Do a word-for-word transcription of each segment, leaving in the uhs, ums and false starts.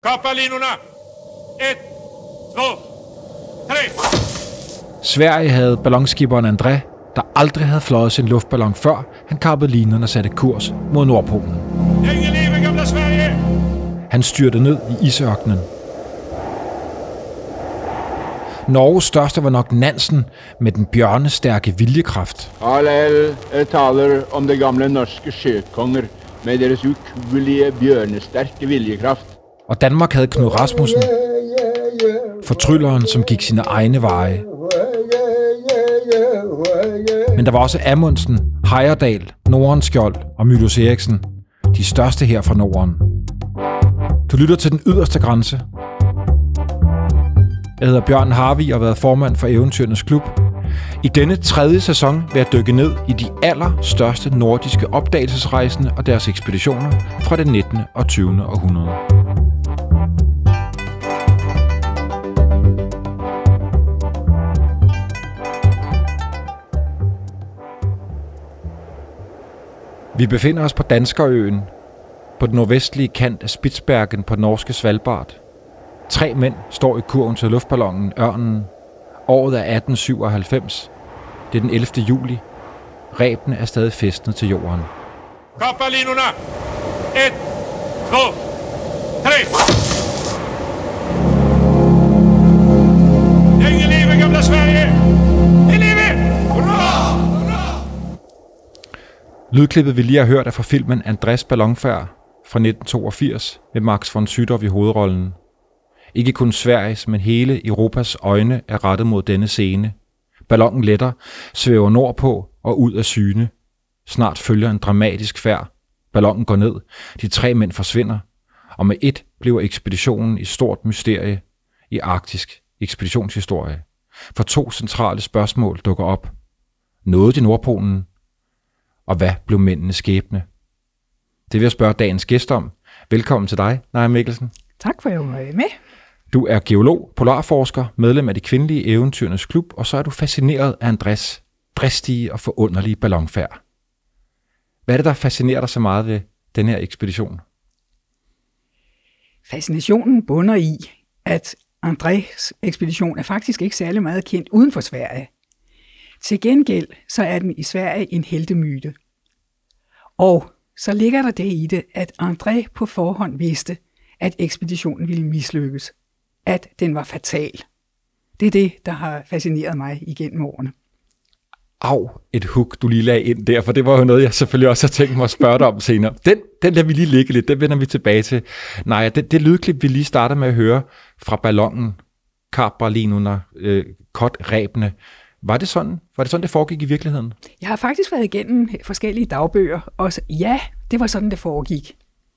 Kappa linjerna! Et, två, tre! Sverige havde ballonskiberen André, der aldrig havde fløjet sin luftballon før, han kappede linjen og satte kurs mod Nordpolen. Længe leve gamle Sverige! Han styrte ned i isørkenen. Norges største var nok Nansen med den bjørnestærke viljekraft. Hallel taler om det gamle norske sjøkonger med deres ukuelige bjørnestærke viljekraft. Og Danmark havde Knud Rasmussen, fortrylleren, som gik sine egne veje. Men der var også Amundsen, Heyerdahl, Nordenskjold og Mylius Eriksen, de største her fra Norden. Du lytter til Den Yderste Grænse. Jeg hedder Bjørn Harvig og har været formand for Eventyrenes Klub. I denne tredje sæson vil jeg dykke ned i de allerstørste nordiske opdagelsesrejsende og deres ekspeditioner fra det nittende og tyvende århundrede. Vi befinder os på Danskerøen, på den nordvestlige kant af Spitsbergen på den norske Svalbard. Tre mænd står i kurven til luftballonen Ørnen. Året er atten syvoghalvfems. Det er den ellevte juli. Rebene er stadig fæstnet til jorden. Kappa linjerna! Et, två, tre! Længe leve gamle Sverige! Det leve! Hurra! Hurra! Lydklippet, vi lige har hørt, er fra filmen Andrés ballonfærd fra nitten toogfirs med Max von Sydow i hovedrollen. Ikke kun Sveriges, men hele Europas øjne er rettet mod denne scene. Ballonen letter, svæver nordpå og ud af syne. Snart følger en dramatisk færd. Ballonen går ned, de tre mænd forsvinder, og med et bliver ekspeditionen et stort mysterie i arktisk ekspeditionshistorie. For to centrale spørgsmål dukker op. Nåede de Nordpolen? Og hvad blev mændenes skæbne? Det vil jeg spørge dagens gæst om. Velkommen til dig, Naja Mikkelsen. Tak for at jeg var med. Du er geolog, polarforsker, medlem af de kvindelige Eventyrenes Klub, og så er du fascineret af Andrés dristige og forunderlige ballonfærd. Hvad er det, der fascinerer dig så meget ved den her ekspedition? Fascinationen bunder i, at Andrés ekspedition er faktisk ikke særlig meget kendt uden for Sverige. Til gengæld så er den i Sverige en heltemyte. Og så ligger der det i det, at André på forhånd vidste, at ekspeditionen ville mislykkes. At den var fatal. Det er det, der har fascineret mig igennem årene. Au, et hook, du lige lagde ind der, for det var jo noget, jeg selvfølgelig også har tænkt mig at spørge dig om senere. Den, den lader vi lige ligge lidt, den vender vi tilbage til. Nej, det, det lydklip, vi lige starter med at høre fra ballonen, Kappa linjerna, øh, kotrebene. Var det sådan? Var det sådan, det foregik i virkeligheden? Jeg har faktisk været igennem forskellige dagbøger, og ja, det var sådan, det foregik.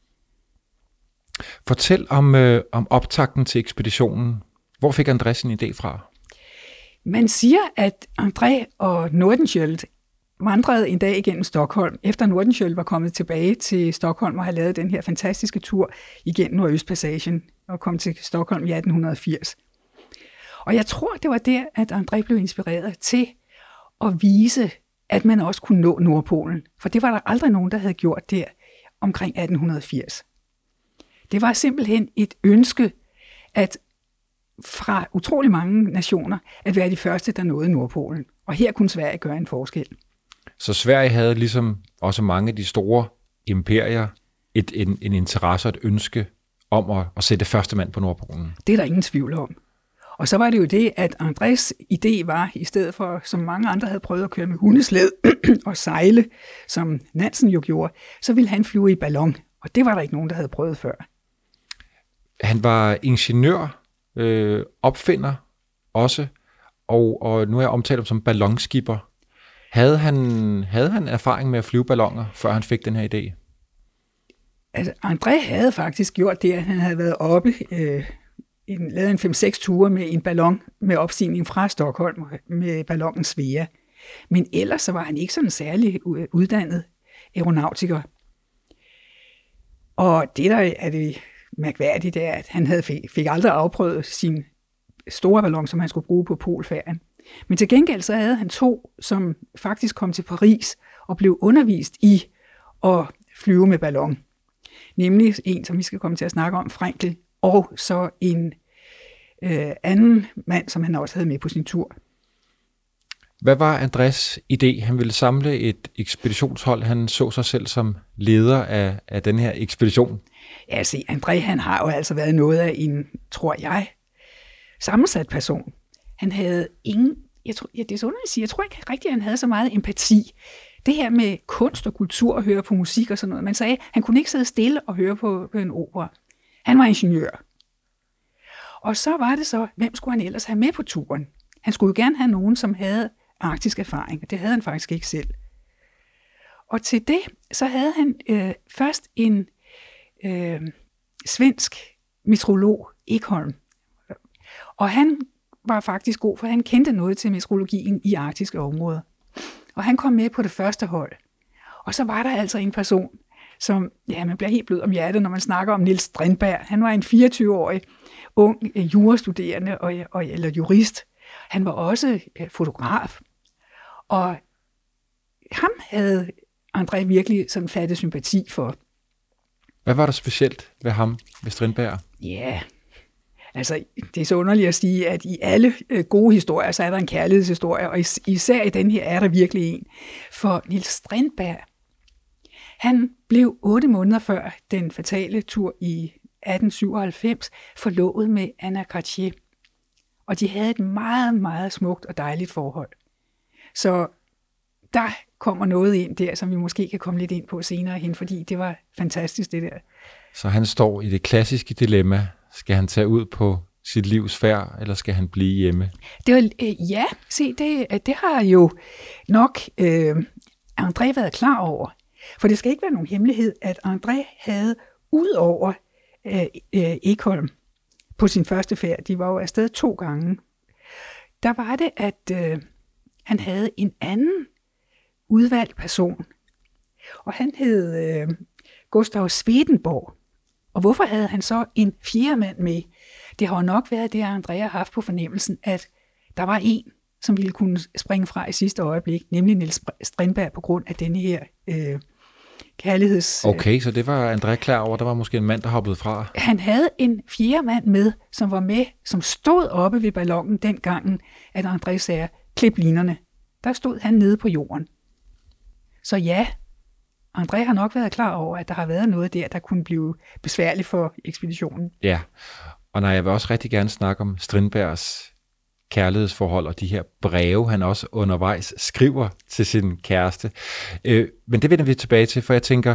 Fortæl om, øh, om optakten til ekspeditionen. Hvor fik André sin idé fra? Man siger, at André og Nordenskjold vandrede en dag igennem Stockholm, efter Nordenskjold var kommet tilbage til Stockholm og havde lavet den her fantastiske tur igennem Nordøstpassagen og kom til Stockholm i atten firs. Og jeg tror, det var der, at André blev inspireret til at vise, at man også kunne nå Nordpolen. For det var der aldrig nogen, der havde gjort der omkring atten firs. Det var simpelthen et ønske, at fra utrolig mange nationer, at være de første, der nåede Nordpolen. Og her kunne Sverige gøre en forskel. Så Sverige havde ligesom også mange af de store imperier et, en, en interesse og et ønske om at, at sætte første mand på Nordpolen. Det er der ingen tvivl om. Og så var det jo det, at Andrés idé var, i stedet for, som mange andre havde prøvet at køre med hundesled og sejle, som Nansen jo gjorde, så ville han flyve i ballon. Og det var der ikke nogen, der havde prøvet før. Han var ingeniør, øh, opfinder også, og, og nu er jeg omtalt ham som ballonskipper. Havde han, havde han erfaring med at flyve balloner, før han fik den her idé? Altså, André havde faktisk gjort det, at han havde været oppe, øh, en, lavet en fem seks ture med en ballon med opstigning fra Stockholm med ballonen Svea. Men ellers så var han ikke sådan særlig uddannet aeronautiker. Og det, der er det mærkværdigt, er, at han havde fik, fik aldrig afprøvet sin store ballon, som han skulle bruge på polfærden. Men til gengæld så havde han to, som faktisk kom til Paris og blev undervist i at flyve med ballon. Nemlig en, som vi skal komme til at snakke om, Frenkel, og så en øh, anden mand, som han også havde med på sin tur. Hvad var Andrés idé? Han ville samle et ekspeditionshold. Han så sig selv som leder af, af den her ekspedition. Ja, se, André, han har jo altså været noget af en, tror jeg, sammensat person. Han havde ingen, jeg tror, ja, det er sådan, jeg siger, jeg tror ikke rigtigt, at han havde så meget empati. Det her med kunst og kultur og høre på musik og sådan noget, man sagde, han kunne ikke sidde stille og høre på, på en opera. Han var ingeniør. Og så var det så, hvem skulle han ellers have med på turen? Han skulle jo gerne have nogen, som havde arktisk erfaring, og det havde han faktisk ikke selv. Og til det, så havde han øh, først en øh, svensk meteorolog, Ekholm. Og han var faktisk god, for han kendte noget til meteorologien i arktiske områder. Og han kom med på det første hold. Og så var der altså en person, som, ja, man bliver helt blød om hjertet, når man snakker om Niels Strindberg. Han var en fireogtyve-årig ung jurastuderende og, og, eller jurist. Han var også fotograf. Og ham havde André virkelig sådan fattet sympati for. Hvad var der specielt ved ham, ved Strindberg? Ja, yeah. Altså, det er så underligt at sige, at i alle gode historier, så er der en kærlighedshistorie, og især i den her er der virkelig en. For Niels Strindberg, han blev otte måneder før den fatale tur i atten syvoghalvfems forlovet med Anna Cartier. Og de havde et meget, meget smukt og dejligt forhold. Så der kommer noget ind der, som vi måske kan komme lidt ind på senere hen, fordi det var fantastisk det der. Så han står i det klassiske dilemma. Skal han tage ud på sit livs færd, eller skal han blive hjemme? Det var, øh, ja, se, det, det har jo nok øh, André været klar over. For det skal ikke være nogen hemmelighed, at André havde ud over øh, øh, Ekholm på sin første færd, de var jo afsted to gange, der var det, at øh, han havde en anden udvalgt person. Og han hed øh, Gustav Swedenborg. Og hvorfor havde han så en fjerde mand med? Det har jo nok været det, André har haft på fornemmelsen, at der var en, som ville kunne springe fra i sidste øjeblik, nemlig Niels Strindberg, på grund af denne her øh, kærligheds... Okay, så det var André klar over. Der var måske en mand, der hoppede fra. Han havde en fjerde mand med, som var med, som stod oppe ved ballonen den gangen, at André sagde, klip linerne. Der stod han nede på jorden. Så ja, André har nok været klar over, at der har været noget der, der kunne blive besværligt for ekspeditionen. Ja, og nej, jeg vil også rigtig gerne snakke om Strindbergs kærlighedsforhold og de her breve, han også undervejs skriver til sin kæreste. Øh, men det vender vi tilbage til, for jeg tænker,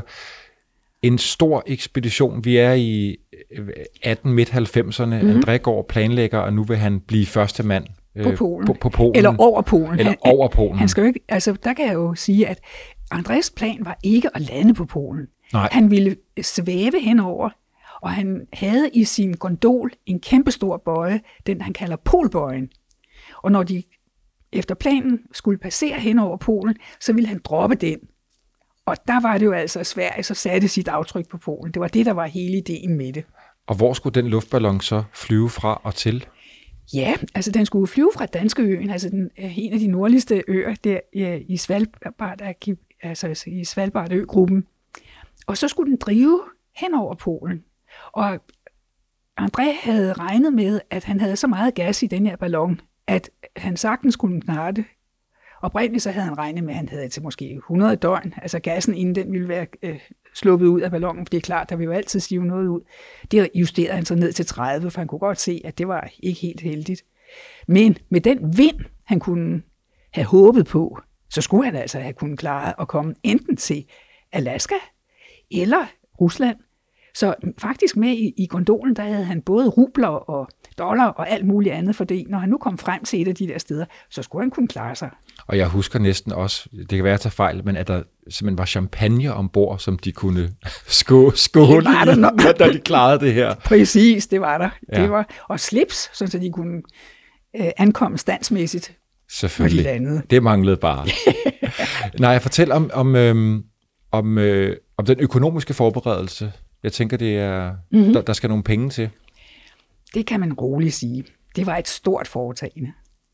en stor ekspedition, vi er i atten midt halvfemserne, mm-hmm. André går og planlægger, og nu vil han blive første mand på Polen. På, på Polen. Eller over Polen. Eller han, over Polen. Han skal jo ikke, altså, der kan jeg jo sige, at Andrés plan var ikke at lande på Polen. Nej. Han ville svæve henover, og han havde i sin gondol en kæmpestor bøje, den han kalder polbøjen. Og når de efter planen skulle passere hen over Polen, så ville han droppe den. Og der var det jo altså, at Sverige så satte sit aftryk på Polen. Det var det, der var hele ideen med det. Og hvor skulle den luftballon så flyve fra og til? Ja, altså den skulle flyve fra Danskeøen, altså den, en af de nordligste øer der i Svalbard, altså i Svalbard-øgruppen. Og så skulle den drive hen over Polen. Og André havde regnet med, at han havde så meget gas i den her ballon, at han sagtens kunne klare det. Oprindeligt så havde han regnet med, at han havde til måske hundrede døgn, altså gassen inden den ville være øh, sluppet ud af ballonen, for det er klart, der vil jo altid stive noget ud. Det justerede han så ned til tredive, for han kunne godt se, at det var ikke helt heldigt. Men med den vind, han kunne have håbet på, så skulle han altså have kunnet klare at komme enten til Alaska eller Rusland. Så faktisk med i, i gondolen, der havde han både rubler og dollar og alt muligt andet, fordi når han nu kom frem til et af de der steder, så skulle han kunne klare sig. Og jeg husker næsten også, det kan være at tage fejl, men at der simpelthen var champagne ombord, som de kunne skåle, skåle da de klarede det her. Præcis, det var der. Ja. Det var, og slips, så de kunne øh, ankomme standsmæssigt. Selvfølgelig. De landede. Det manglede bare. Nej, jeg fortæller om, om, øhm, om, øh, om den økonomiske forberedelse. Jeg tænker, det er, mm-hmm. der, der skal nogle penge til. Det kan man roligt sige. Det var et stort foretagende.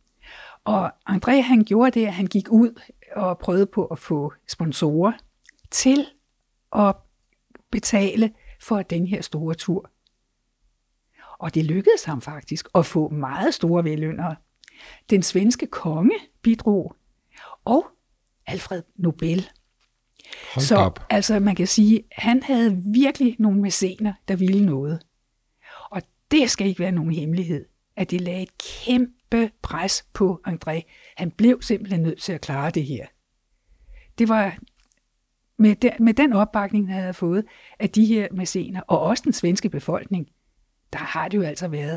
Og André, han gjorde det, at han gik ud og prøvede på at få sponsorer til at betale for den her store tur. Og det lykkedes ham faktisk at få meget store vellønnere. Den svenske konge bidrog, og Alfred Nobel. Hold Så op. altså, man kan sige, han havde virkelig nogle mæcener, der ville noget. Og det skal ikke være nogen hemmelighed, at det lagde et kæmpe pres på André. Han blev simpelthen nødt til at klare det her. Det var med den, med den opbakning, han havde fået af de her mæcener, og også den svenske befolkning, der har det jo altså været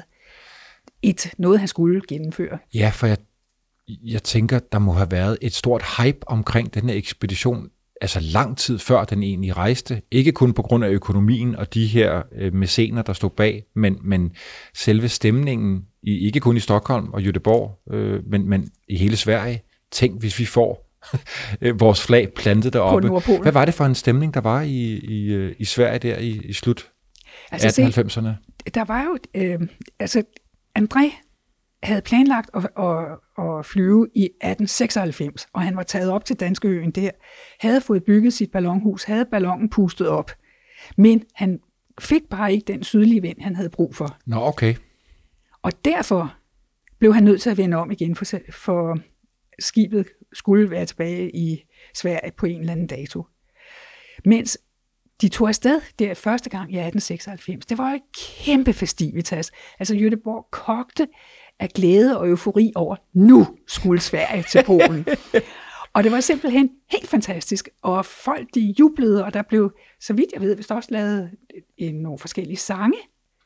et noget, han skulle gennemføre. Ja, for jeg, jeg tænker, der må have været et stort hype omkring den her ekspedition, altså lang tid før den egentlig rejste. Ikke kun på grund af økonomien og de her øh, mæcener, der stod bag, men, men selve stemningen, i, ikke kun i Stockholm og Göteborg, øh, men, men i hele Sverige. Tænk, hvis vi får vores flag plantet deroppe. Hvad var det for en stemning, der var i, i, i Sverige der i, i slut altså, atten halvfemserne? Der var jo, øh, altså André havde planlagt at, at, at flyve i atten seksoghalvfems, og han var taget op til Danskeøen der, havde fået bygget sit ballonhus, havde ballonen pustet op, men han fik bare ikke den sydlige vind, han havde brug for. Nå, okay. Og derfor blev han nødt til at vende om igen, for, for skibet skulle være tilbage i Sverige på en eller anden dato. Mens de tog afsted der første gang i atten seksoghalvfems. Det var et kæmpe festivitas. Altså Göteborg kogte af glæde og eufori over, nu skulle Sverige til Polen. Og det var simpelthen helt fantastisk. Og folk de jublede, og der blev, så vidt jeg ved, vist også lavet nogle forskellige sange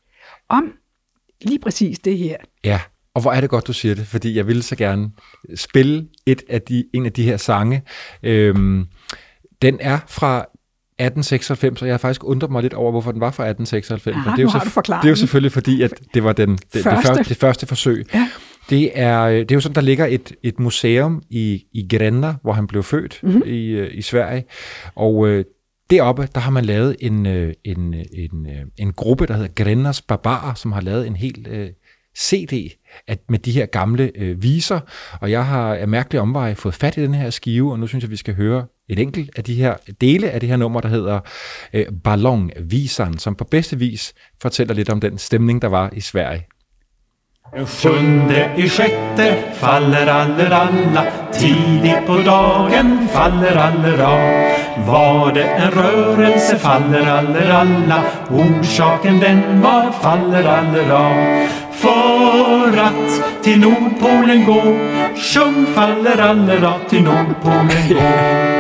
om lige præcis det her. Ja, og hvor er det godt, du siger det, fordi jeg ville så gerne spille et af de, en af de her sange. Øhm, den er fra atten seksoghalvfems, og jeg har faktisk undret mig lidt over, hvorfor den var fra atten seksoghalvfems. Aha, men det er, jo så, det er jo selvfølgelig fordi, at det var den, det, første. Det, første, det første forsøg. Ja. Det, er, det er jo sådan, der ligger et, et museum i, i Gränna, hvor han blev født mm-hmm. i, i Sverige, og øh, deroppe, der har man lavet en, en, en, en gruppe, der hedder Grännas Barbarer, som har lavet en helt øh, C D at, med de her gamle øh, viser, og jeg har af mærkelig omveje fået fat i den her skive, og nu synes jeg, vi skal høre et enkelt af de her dele af det her nummer, der hedder øh, Ballongvisan, som på bedste vis fortæller lidt om den stemning, der var i Sverige. Sjunde i sjätte faller aller alla, tidigt på dagen faller allera. Var det en rörelse faller aller alla, orsaken den var faller allera. För att till Nordpolen gå, sjung faller allera till Nordpolen gå.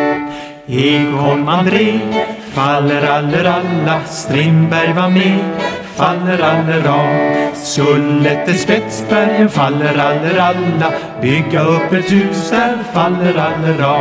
Ekholm André faller aller alla, Strindberg var med, faller allera. Skulle till Spetsbergen faller aller alla, bygga upp ett hus där faller allera.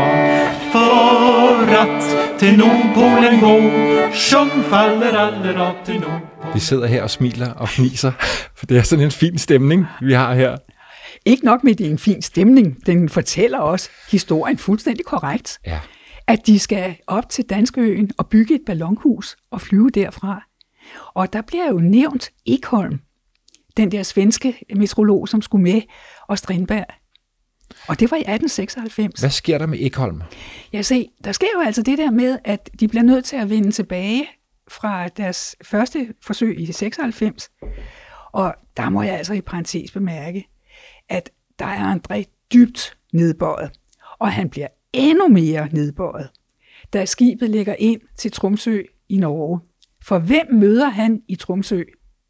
För att till Nordpolen gå, sjung faller allera till Nordpolen. Vi sidder her og smiler og fniser, for det er sådan en fin stemning, vi har her. Ikke nok med, det er en fin stemning, den fortæller os historien fuldstændig korrekt. Ja. At de skal op til Danskeøen og bygge et ballonhus og flyve derfra. Og der bliver jo nævnt Ekholm, den der svenske meteorolog, som skulle med, og Strindberg. Og det var i atten seksoghalvfems. Hvad sker der med Ekholm? Ja, se, der sker jo altså det der med, at de bliver nødt til at vende tilbage fra deres første forsøg i seksoghalvfems. Og der må jeg altså i parentes bemærke, at der er André dybt nedbøjet, og han bliver endnu mere nedbøjet, da skibet ligger ind til Tromsø i Norge. For hvem møder han i Tromsø?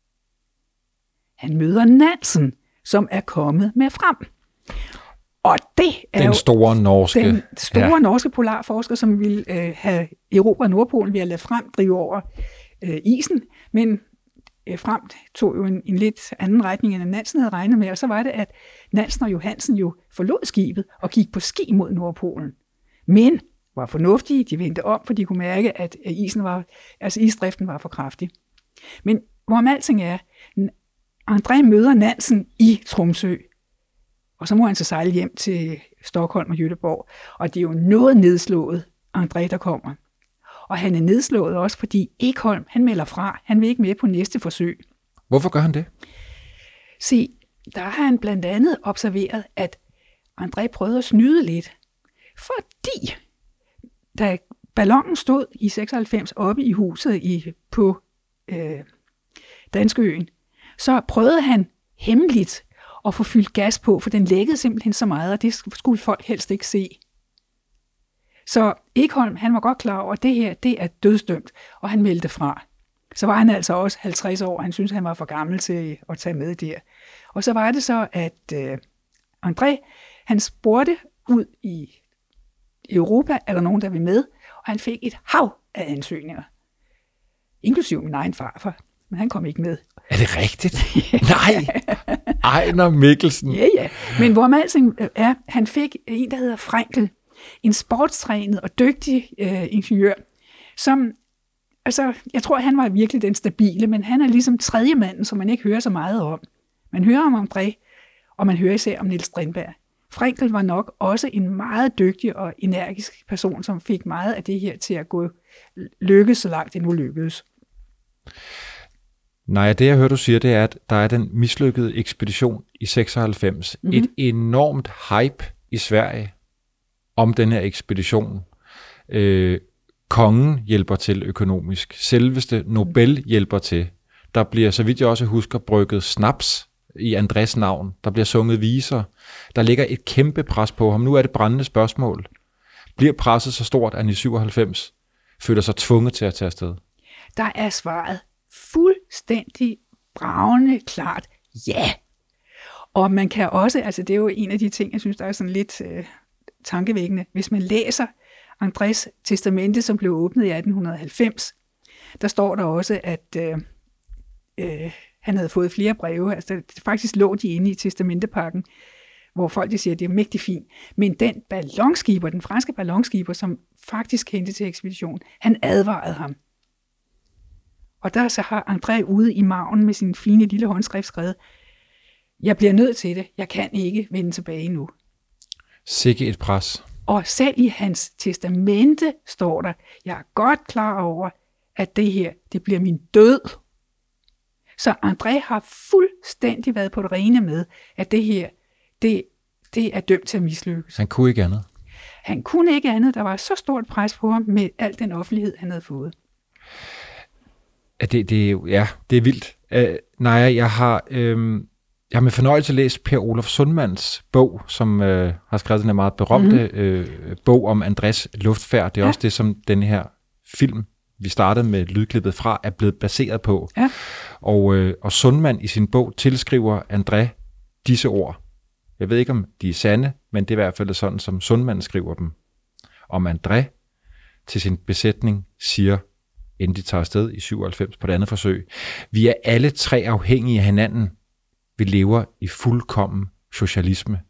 Han møder Nansen, som er kommet med frem. Og det er den jo store norske, den store ja. norske polarforsker, som ville øh, have Europa Nordpolen ved at lade frem drive over øh, isen, men øh, frem tog jo en, en lidt anden retning, end Nansen havde regnet med, og så var det, at Nansen og Johansen jo forlod skibet og gik på ski mod Nordpolen. Men var fornuftige, de vendte om, for de kunne mærke, at isen var, altså isdriften var for kraftig. Men hvorom alting er, André møder Nansen i Tromsø, og så må han så sejle hjem til Stockholm og Göteborg, og det er jo noget nedslået, André, der kommer. Og han er nedslået også, fordi Ekholm, han melder fra, han vil ikke med på næste forsøg. Hvorfor gør han det? Se, der har han blandt andet observeret, at André prøvede at snyde lidt, fordi da ballonen stod i seksoghalvfems oppe i huset i, på øh, Danskeøen, så prøvede han hemmeligt at få fyldt gas på, for den lækkede simpelthen så meget, og det skulle folk helst ikke se. Så Ekholm, han var godt klar over, at det her, det er dødsdømt, og han meldte fra. Så var han altså også halvtreds år, han syntes, han var for gammel til at tage med der. Og så var det så, at øh, André, han spurgte ud i Europa, er der nogen, der vil med? Og han fik et hav af ansøgninger. Inklusiv min egen farfar, men han kom ikke med. Er det rigtigt? Nej! Ejner Mikkelsen. Ja, ja. Men hvor man altså er, han fik en, der hedder Frankl, en sportstrænet og dygtig øh, ingeniør, som, altså, jeg tror, han var virkelig den stabile, men han er ligesom tredje manden, som man ikke hører så meget om. Man hører om André, og man hører især om Niels Strindberg. Frankl var nok også en meget dygtig og energisk person, som fik meget af det her til at gå lykkes, så langt det nu lykkedes. Nej, det jeg hører, du siger, det er, at der er den mislykkede ekspedition i seksoghalvfems. Mm-hmm. Et enormt hype i Sverige om den her ekspedition. Øh, kongen hjælper til økonomisk. Selveste Nobel hjælper til. Der bliver, så vidt jeg også husker, brygget snaps i Andrés navn. Der bliver sunget viser. Der ligger et kæmpe pres på ham. Nu er det brændende spørgsmål. Bliver presset så stort, at han i syvoghalvfems føler sig tvunget til at tage afsted? Der er svaret fuldstændig bravende klart ja. Og man kan også, altså det er jo en af de ting, jeg synes, der er sådan lidt øh, tankevækkende. Hvis man læser Andrés testamente, som blev åbnet i atten halvfems, der står der også, at øh, øh, han havde fået flere breve. Altså der, faktisk lå de inde i testamentepakken, hvor folk de siger, at det er mægtig fint. Men den ballonskiber, den franske ballonskiber, som faktisk kendte til ekspeditionen, han advarede ham. Og der så har André ude i maven med sin fine lille håndskrift skrevet, jeg bliver nødt til det, jeg kan ikke vende tilbage nu. Sikke et pres. Og selv i hans testamente står der, jeg er godt klar over, at det her, det bliver min død. Så André har fuldstændig været på det rene med, at det her, det, det er dømt til at mislykkes. Han kunne ikke andet. Han kunne ikke andet. Der var så stort pres på ham med al den offentlighed, han havde fået. Det, det, ja, det er vildt. Uh, nej, jeg har, øh, jeg har med fornøjelse læst Per Olof Sundmans bog, som øh, har skrevet den her meget berømte mm. øh, bog om Andrés luftfærd. Det er ja. også det, som den her film, vi startede med lydklippet fra, er blevet baseret på. Ja. Og, øh, og Sundman i sin bog tilskriver André disse ord. Jeg ved ikke, om de er sande, men det er i hvert fald sådan, som Sundman skriver dem. Om André til sin besætning siger, inden de tager afsted i syvoghalvfems på det andet forsøg, vi er alle tre afhængige af hinanden. Vi lever i fuldkommen socialisme.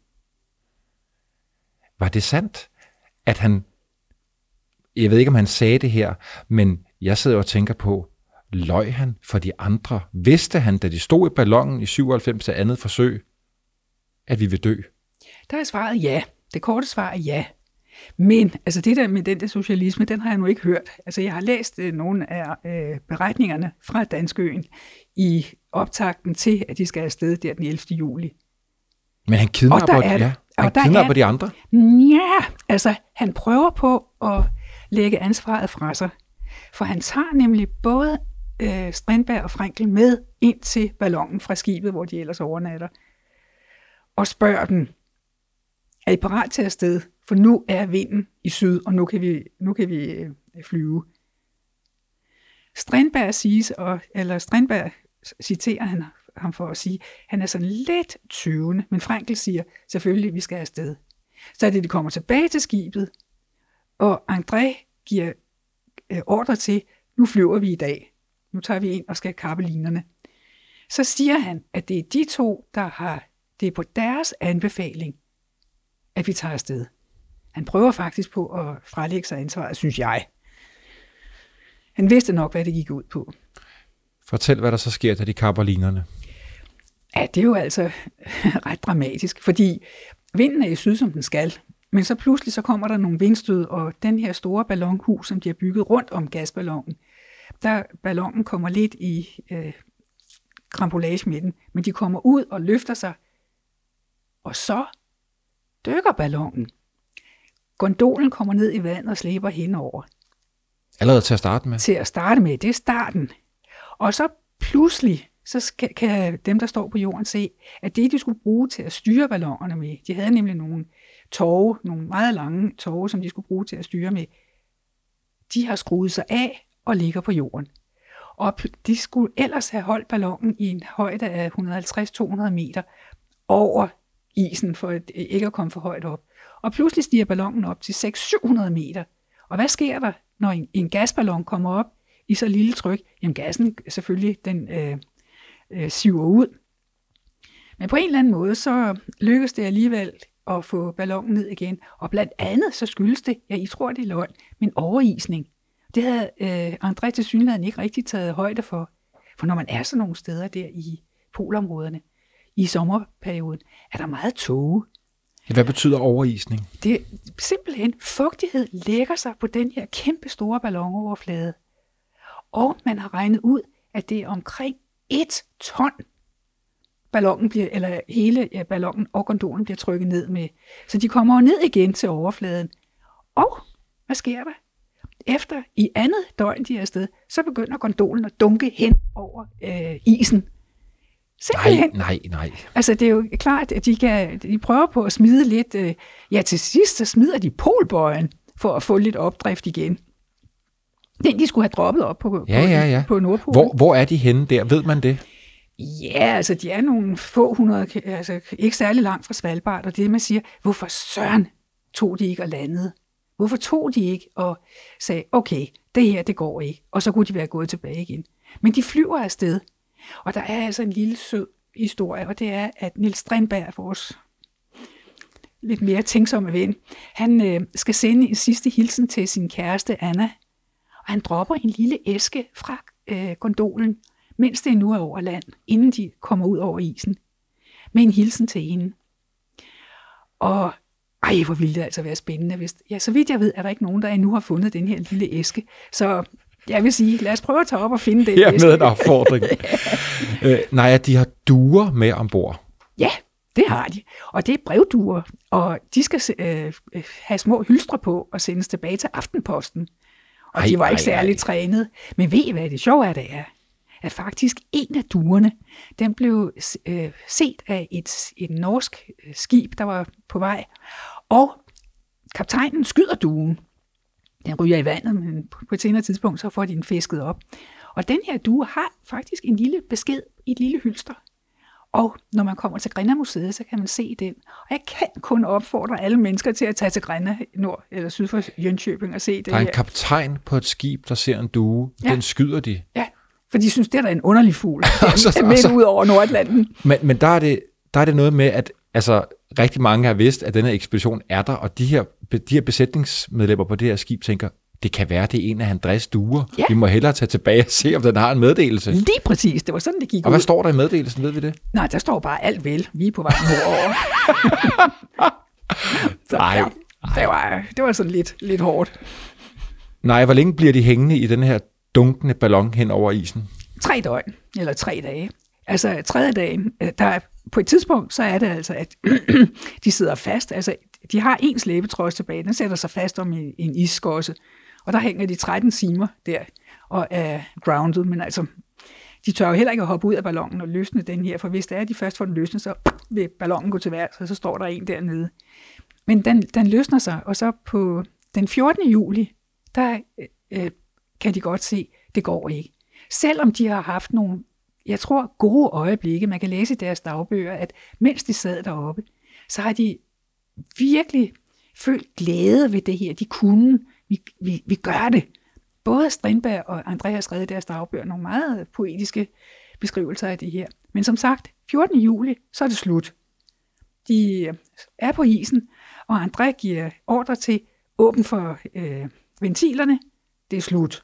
Var det sandt, at han, jeg ved ikke, om han sagde det her, men jeg sidder og tænker på, løj han for de andre? Vidste han, da de stod i ballonen i syvoghalvfems til andet forsøg, at vi vil dø? Der er svaret ja. Det korte svar er ja. Men altså det der med den der socialisme, den har jeg nu ikke hørt. Altså jeg har læst øh, nogle af øh, beretningerne fra Danskøen i optakten til, at de skal afsted der den ellevte juli. Men han kidnapper, er, ja, han kidnapper er, de andre? Ja, altså han prøver på at lægge ansvaret fra sig. For han tager nemlig både øh, Strindberg og Frankl med ind til ballonen fra skibet, hvor de ellers overnatter, og spørger dem, er I parat til afsted? For nu er vinden i syd, og nu kan vi, nu kan vi øh, flyve. Strindberg siges, og, eller Strindberg citerer han ham for at sige, han er sådan lidt tøvende, men Frankl siger, selvfølgelig, vi skal afsted. Så er det, de kommer tilbage til skibet, og André giver øh, ordre til, nu flyver vi i dag. Nu tager vi ind og skal kappe linerne. Så siger han, at det er de to, der har, det er på deres anbefaling, at vi tager afsted. Han prøver faktisk på at frelægge sig ansvaret, synes jeg. Han vidste nok, hvad det gik ud på. Fortæl, hvad der så sker, da de kapper linerne. Ja, det er jo altså ret dramatisk, fordi vinden er i syd, som den skal. Men så pludselig så kommer der nogle vindstød, og den her store ballonhus, som de har bygget rundt om gasballonen, der ballonen kommer lidt i øh, krampolage med den, men de kommer ud og løfter sig, og så dykker ballonen. Gondolen kommer ned i vandet og slæber henover. Allerede til at starte med? Til at starte med, det er starten. Og så pludselig, så skal, kan dem, der står på jorden, se, at det, de skulle bruge til at styre ballonerne med, de havde nemlig nogle torve, nogle meget lange torve, som de skulle bruge til at styre med, de har skruet sig af og ligger på jorden. Og de skulle ellers have holdt ballonen i en højde af et hundrede og halvtreds til to hundrede meter over isen, for at ikke at komme for højt op. Og pludselig stiger ballonen op til seks til syv hundrede meter. Og hvad sker der, når en, en gasballon kommer op i så lille tryk? Jamen gassen selvfølgelig, den øh, øh, siver ud. Men på en eller anden måde, så lykkes det alligevel at få ballonen ned igen. Og blandt andet, så skyldes det, ja, I tror det er løgn, men overisning. Det havde øh, André tilsyneladende ikke rigtig taget højde for. For når man er sådan nogle steder der i polområderne, i sommerperioden, er der meget tåge. Hvad betyder overisning? Det er simpelthen, fugtighed lægger sig på den her kæmpe store ballonoverflade. Og man har regnet ud, at det er omkring et ton, ballonen bliver, eller hele ja, ballonen og gondolen bliver trykket ned med. Så de kommer jo ned igen til overfladen. Og hvad sker der? Efter i andet døgn, de er afsted, så begynder gondolen at dunke hen over øh, isen. Simpelthen. Nej, nej, nej. Altså, det er jo klart, at de, kan, de prøver på at smide lidt. Øh, ja, til sidst så smider de polbøjen for at få lidt opdrift igen. Den, de skulle have droppet op på, ja, ja, ja. på, på Nordpolen. Hvor, hvor er de henne der? Ved man det? Ja, altså, de er nogle få hundrede, altså ikke særlig langt fra Svalbard, og det, man siger, hvorfor søren tog de ikke og landede? Hvorfor tog de ikke og sagde, okay, det her, det går ikke, og så kunne de være gået tilbage igen. Men de flyver afsted, og der er altså en lille sød historie, og det er, at Niels Strindberg, vores lidt mere tænksomme ven, han øh, skal sende en sidste hilsen til sin kæreste Anna, og han dropper en lille æske fra øh, gondolen, mens det endnu er over land, inden de kommer ud over isen, med en hilsen til hende. Og ej, hvor ville det altså være spændende. Hvis, ja, så vidt jeg ved, er der ikke nogen, der endnu har fundet den her lille æske. Så jeg vil sige, lad os prøve at tage op og finde den Her æske. med en opfordring. øh, nej, at de har duer med ombord. Ja, det har de. Og det er brevduer, og de skal øh, have små hylstre på og sendes tilbage til Aftenposten. Og Ej, de var ikke ej, særlig ej. trænet. Men ved I, hvad det sjove er, det er? At faktisk en af duerne, den blev øh, set af et, et norsk skib, der var på vej, og kaptajnen skyder duen. Den ryger i vandet, men på et senere tidspunkt, så får de den fisket op. Og den her due har faktisk en lille besked i et lille hylster. Og når man kommer til Grinna-museet, så kan man se den. Og jeg kan kun opfordre alle mennesker til at tage til Grinna nord eller syd for Jönköping og se det Der er en her. kaptajn på et skib, der ser en due. Ja. Den skyder de. Ja, for de synes, det er da en underlig fugl. Og så- Den er og midt så- ud over Nordatlanten. Men, men der, er det, der er det noget med, at altså, rigtig mange har vidst, at den her ekspedition er der, og de her, de her besætningsmedlemmer på det her skib tænker, det kan være, det er en af Andrés duer. Ja. Vi må hellere tage tilbage og se, om den har en meddelelse. Lige præcis, det var sådan, det gik Og ud. hvad står der i meddelelsen, ved vi det? Nej, der står bare alt vel. Vi er på vej nordover. Så, Ej, ja, det, var, det var sådan lidt, lidt hårdt. Nej, hvor længe bliver de hængende i den her dunkende ballon hen over isen? Tre døgn, eller tre dage. Altså tredje dagen, øh, der er, på et tidspunkt, så er det altså, at de sidder fast. Altså, de har en slæbetråd tilbage, den sætter sig fast om en, en isskosse, og der hænger de tretten timer der og er grounded. Men altså, de tør jo heller ikke at hoppe ud af ballonen og løsne den her, for hvis det er, at de først får den løsnet, så vil ballonen gå til værs, og så står der en dernede. Men den, den løsner sig, og så på den fjortende juli, der øh, kan de godt se, det går ikke. Selvom de har haft nogle, jeg tror, gode øjeblikke, man kan læse i deres dagbøger, at mens de sad deroppe, så har de virkelig følt glæde ved det her. De kunne, vi, vi, vi gør det. Både Strindberg og Andreas skrev i deres dagbøger nogle meget poetiske beskrivelser af det her. Men som sagt, fjortende juli, så er det slut. De er på isen, og André giver ordre til åben for øh, ventilerne. Det er slut.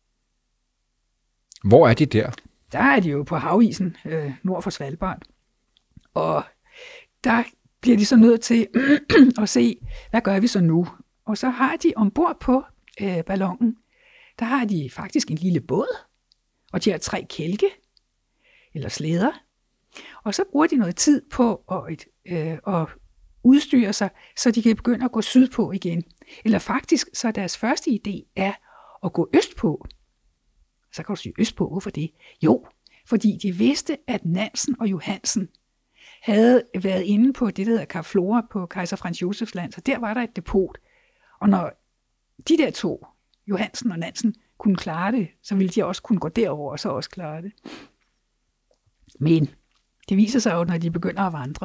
Hvor er de der? Der er de jo på havisen øh, nord for Svalbard. Og der bliver de så nødt til at se, hvad gør vi så nu? Og så har de ombord på øh, ballonen, der har de faktisk en lille båd, og de har tre kælke, eller slæder. Og så bruger de noget tid på at, øh, at udstyre sig, så de kan begynde at gå sydpå igen. Eller faktisk, så deres første idé er at gå østpå. Så kan du sige østpå, hvorfor det? Jo, fordi de vidste, at Nansen og Johansen havde været inde på det, der hedder Kap Flora på Kejser Franz Josefs land, så der var der et depot. Og når de der to, Johansen og Nansen, kunne klare det, så ville de også kunne gå derover og så også klare det. Men det viser sig jo, når de begynder at vandre.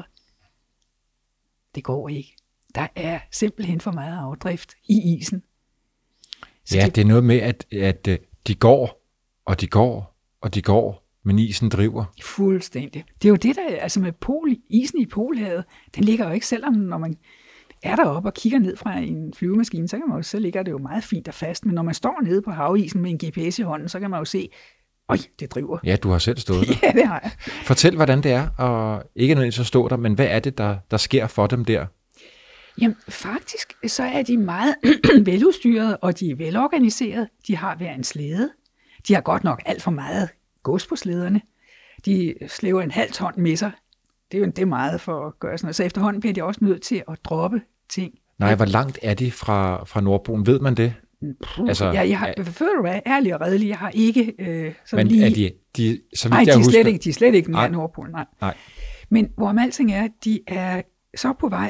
Det går ikke. Der er simpelthen for meget afdrift i isen. Så ja, det... det er noget med, at, at de går, og de går, og de går, men isen driver. Fuldstændig. Det er jo det, der altså med pol, isen i Polhavet, den ligger jo ikke, selvom når man er deroppe og kigger ned fra en flyvemaskine, så kan man jo, så ligger det jo meget fint og fast, men når man står nede på havisen med en G P S i hånden, så kan man jo se, øj, det driver. Ja, du har selv stået der. Ja, det har jeg. Fortæl, hvordan det er, og ikke nødvendigvis at stå der, men hvad er det, der, der sker for dem der? Jamen, faktisk så er de meget veludstyrede, og de er velorganiserede. De har hver en slæde. De har godt nok alt for meget gods på slæderne. De slæver en halv ton med sig. Det er jo det er meget for at gøre sådan noget. Så efterhånden bliver de også nødt til at droppe ting. Nej, hvor langt er de fra, fra Nordpolen? Ved man det? Puh, altså, ja, jeg har, er, før du er ærlig og redelig, jeg har ikke øh, sådan men lige... er de, de, så nej, jeg de er, husker... slet ikke, de er slet ikke nær Nordpolen, nej. nej. Men hvorom alting er, de er så på vej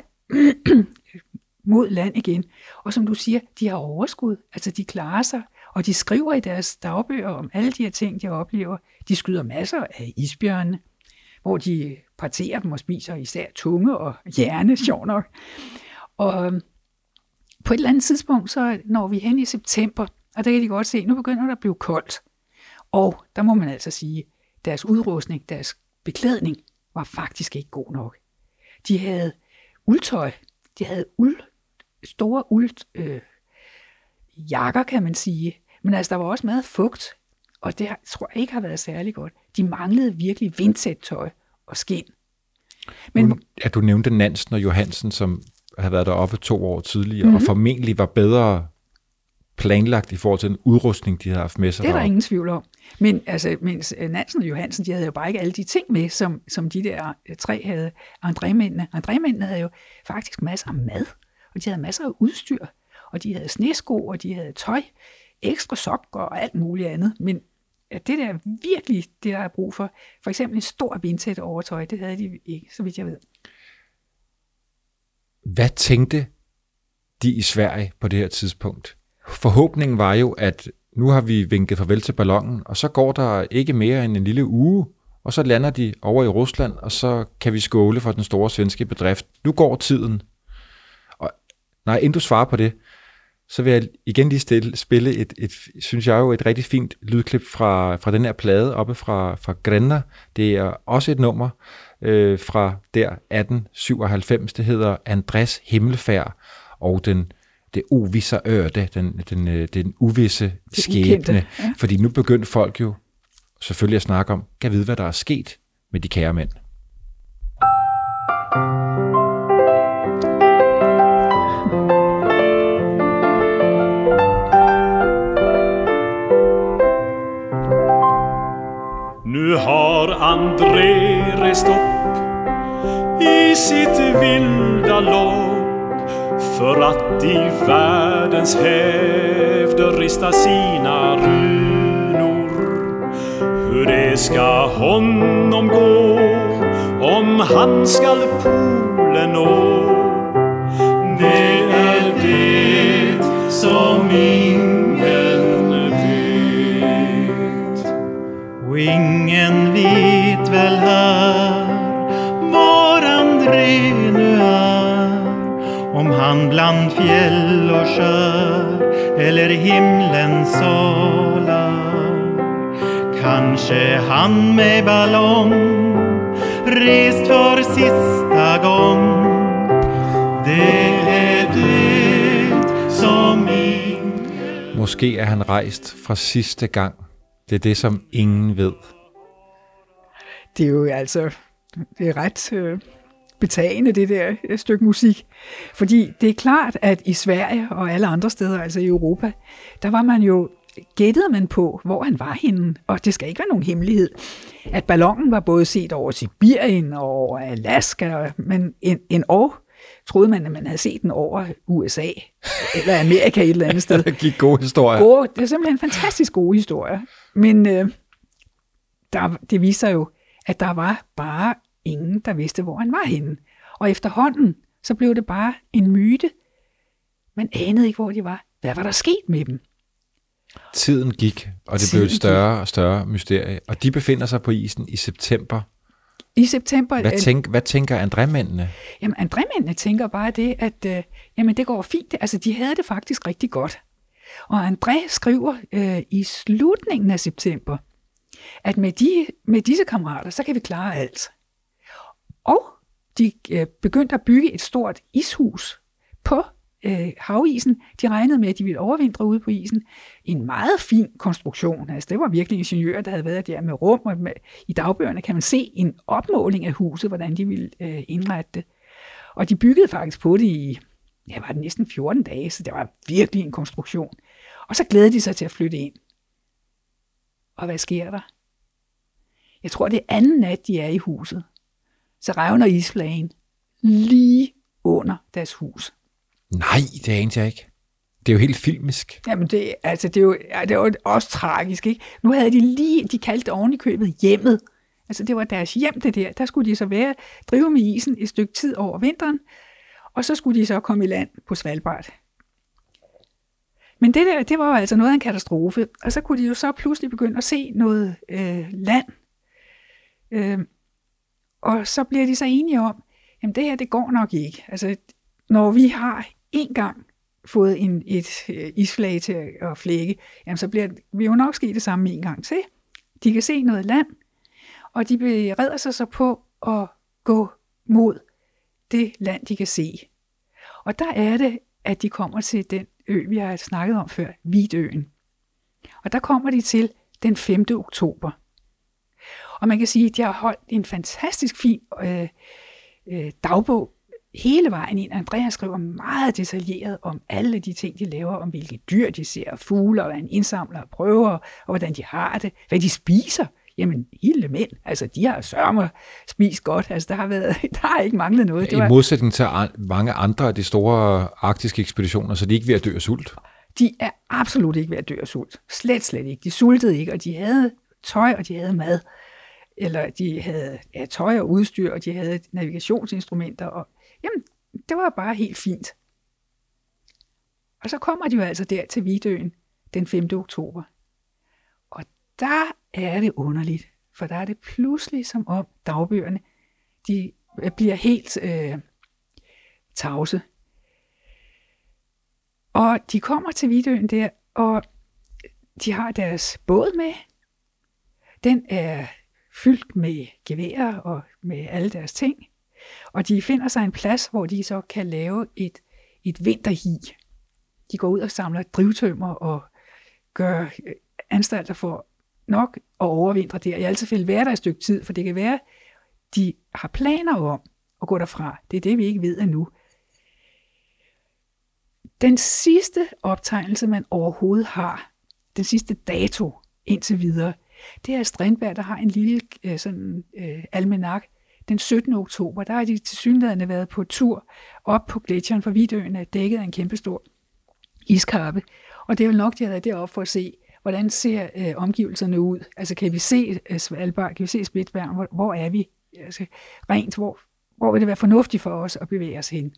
mod land igen. Og som du siger, de har overskud. Altså, de klarer sig, og de skriver i deres dagbøger om alle de her ting, de oplever. De skyder masser af isbjørne, hvor de parterer dem og spiser især tunge og hjerne, sjov nok. Og på et eller andet tidspunkt, så når vi hen i september, og der kan de godt se, nu begynder der at blive koldt. Og der må man altså sige, deres udrustning, deres beklædning, var faktisk ikke god nok. De havde uldtøj, de havde uld, store uld, øh, jakker, kan man sige. Men altså, der var også meget fugt, og det tror jeg ikke har været særlig godt. De manglede virkelig vindtæt tøj og skind. Men nu, ja, du nævnte Nansen og Johansen, som havde været deroppe to år tidligere, mm-hmm. og formentlig var bedre planlagt i forhold til den udrustning, de havde haft med sig. Det er der deroppe. Ingen tvivl om. Men altså, mens Nansen og Johansen, de havde jo bare ikke alle de ting med, som, som de der tre havde. André-mændene. André-mændene havde jo faktisk masser af mad, og de havde masser af udstyr, og de havde snesko, og de havde tøj, ekstra sokker og alt muligt andet. Men det der virkelig, det der er brug for, for eksempel en stor vindtæt overtøj, det havde de ikke, så vidt jeg ved. Hvad tænkte de i Sverige på det her tidspunkt? Forhåbningen var jo, at nu har vi vinket farvel til ballonen, og så går der ikke mere end en lille uge, og så lander de over i Rusland, og så kan vi skåle for den store svenske bedrift. Nu går tiden. Og nej, inden du svarer på det, så vil jeg igen lige stille, spille et, et, synes jeg jo, et rigtig fint lydklip fra, fra den her plade oppe fra, fra Gränna. Det er også et nummer øh, fra der atten syvoghalvfems. Det hedder Andrés himmelfærd og den det uvisse øde, den, den, den uvisse skæbne. Ja. Fordi nu begyndte folk jo selvfølgelig at snakke om, kan vide, hvad der er sket med de kære mænd. Nu har André rest upp i sitt vilda lopp för att i världens hävder rista sina runor. Hur det ska honom gå om han skall polen nå, det är det som ingen vet. Och ingen vet väl här var André nu är, om han bland fjäll och skär eller himlens salar. Kanske han med ballong rest för sista gång. Det är det som ingen... Måske er han rejst fra sidste gang. Det er det, som ingen ved. Det er jo altså det er ret øh, betagende, det der stykke musik. Fordi det er klart, at i Sverige og alle andre steder, altså i Europa, der var man jo, gættede man på, hvor han var henne. Og det skal ikke være nogen hemmelighed, at ballonen var både set over Sibirien og over Alaska, men en, en år troede man, at man havde set den over U S A eller Amerika et eller andet sted. Det gik gode historier. Gode, det er simpelthen fantastisk gode historier. Men øh, der, det viser jo, at der var bare ingen, der vidste, hvor han var henne. Og efterhånden, så blev det bare en myte. Man anede ikke, hvor de var. Hvad var der sket med dem? Tiden gik, og det Tiden blev et større og større mysterie. Og de befinder sig på isen i september. I september... Hvad, tænk, hvad tænker André-mændene? Jamen, André-mændene tænker bare det, at øh, jamen, det går fint. Altså, de havde det faktisk rigtig godt. Og André skriver øh, i slutningen af september, at med, de, med disse kammerater, så kan vi klare alt. Og de øh, begyndte at bygge et stort ishus på øh, havisen. De regnede med, at de ville overvintre ude på isen. En meget fin konstruktion. Altså, det var virkelig ingeniører, der havde været der med rum. Og med, i dagbøgerne kan man se en opmåling af huset, hvordan de ville øh, indrette det. Og de byggede faktisk på det i, ja, var det næsten fjorten dage, så det var virkelig en konstruktion. Og så glædede de sig til at flytte ind. Og hvad sker der? Jeg tror, det er anden nat, de er i huset. Så revner isflagen lige under deres hus. Nej, det anede jeg ikke. Det er jo helt filmisk. Jamen, det, altså, det, er jo, ja, det er jo også tragisk, ikke? Nu havde de lige, de kaldte oven i købet hjemmet. Altså, det var deres hjem, det der. Der skulle de så være, drive med isen et stykke tid over vinteren, og så skulle de så komme i land på Svalbard. Men det der, det var jo altså noget af en katastrofe, og så kunne de jo så pludselig begynde at se noget øh, land. Øh, og så bliver de så enige om, jamen det her, det går nok ikke. Altså, når vi har en gang fået en, et øh, isflage til at, at flække, jamen så bliver vi jo nok ske det samme en gang til. De kan se noget land, og de bereder sig så på at gå mod det land, de kan se. Og der er det, at de kommer til den ø, vi har snakket om før, Hvidøen. Og der kommer de til den femte oktober. Og man kan sige, at de har holdt en fantastisk fin øh, øh, dagbog hele vejen ind. Andreas skriver meget detaljeret om alle de ting, de laver, om hvilke dyr de ser, fugle, og hvad han indsamler og prøver, og hvordan de har det, hvad de spiser. Jamen, hele mænd, altså de har sørme spist godt, altså der har, været, der har ikke manglet noget. Det var, I modsætning til mange andre af de store arktiske ekspeditioner, så de er ikke ved at dø af sult. De er absolut ikke ved at dø af sult. Slet, slet ikke. De sultede ikke, og de havde tøj, og de havde mad. Eller de havde ja, tøj og udstyr, og de havde navigationsinstrumenter. Og, jamen, det var bare helt fint. Og så kommer de jo altså der til Hvidøen den femte oktober. Og der er det underligt, for der er det pludselig som om dagbøgerne, de bliver helt øh, tavse. Og de kommer til Hvidøen der, og de har deres båd med. Den er fyldt med geværer og med alle deres ting. Og de finder sig en plads, hvor de så kan lave et, et vinterhi. De går ud og samler drivtømmer og gør anstalter for nok at overvintre der. I alle tilfælde være der et stykke tid, for det kan være, de har planer om at gå derfra. Det er det, vi ikke ved endnu. Den sidste optegnelse, man overhovedet har, den sidste dato indtil videre, det er Strindberg, der har en lille øh, sådan, øh, almanak. Den syttende oktober, der har de tilsyneladende været på tur op på gletsjeren for Hvidøen, dækket af en kæmpestor iskappe. Og det er vel nok, de har været deroppe for at se, hvordan ser øh, omgivelserne ud. Altså kan vi se øh, Svalbard, kan vi se Spitsbergen, hvor, hvor er vi? Altså, rent, hvor, hvor vil det være fornuftigt for os at bevæge os hen?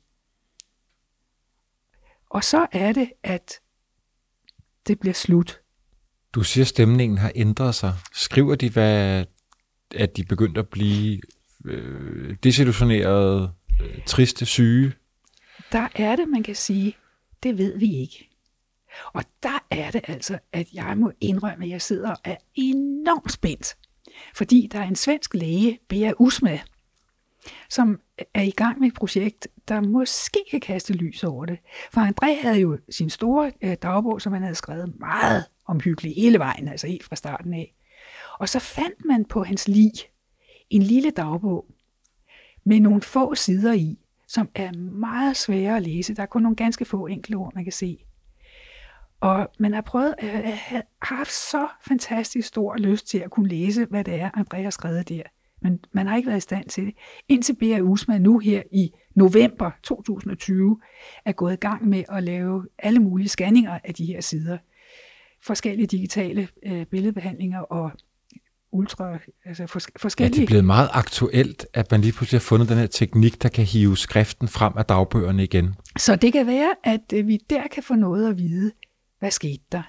Og så er det, at det bliver slut. Du siger, at stemningen har ændret sig. Skriver de, hvad, at de begyndte at blive øh, desillusionerede, øh, triste, syge? Der er det, man kan sige, det ved vi ikke. Og der er det altså, at jeg må indrømme, at jeg sidder og er enormt spændt. Fordi der er en svensk læge, Bea Usma, som er i gang med et projekt, der måske kan kaste lys over det. For André havde jo sin store øh, dagbog, som han havde skrevet meget omhyggeligt hele vejen, altså helt fra starten af. Og så fandt man på hans lig en lille dagbog med nogle få sider i, som er meget svære at læse. Der er kun nogle ganske få enkle ord, man kan se. Og man har prøvet at have haft så fantastisk stor lyst til at kunne læse, hvad det er, André har skrevet der. Men man har ikke været i stand til det. Indtil Bea Usma nu her i november to tusind og tyve er gået i gang med at lave alle mulige scanninger af de her sider. Forskellige digitale øh, billedbehandlinger og ultra, altså fors- Ja, forskellige. det er blevet meget aktuelt, at man lige pludselig har fundet den her teknik, der kan hive skriften frem af dagbøgerne igen. Så det kan være, at øh, vi der kan få noget at vide. Hvad skete der?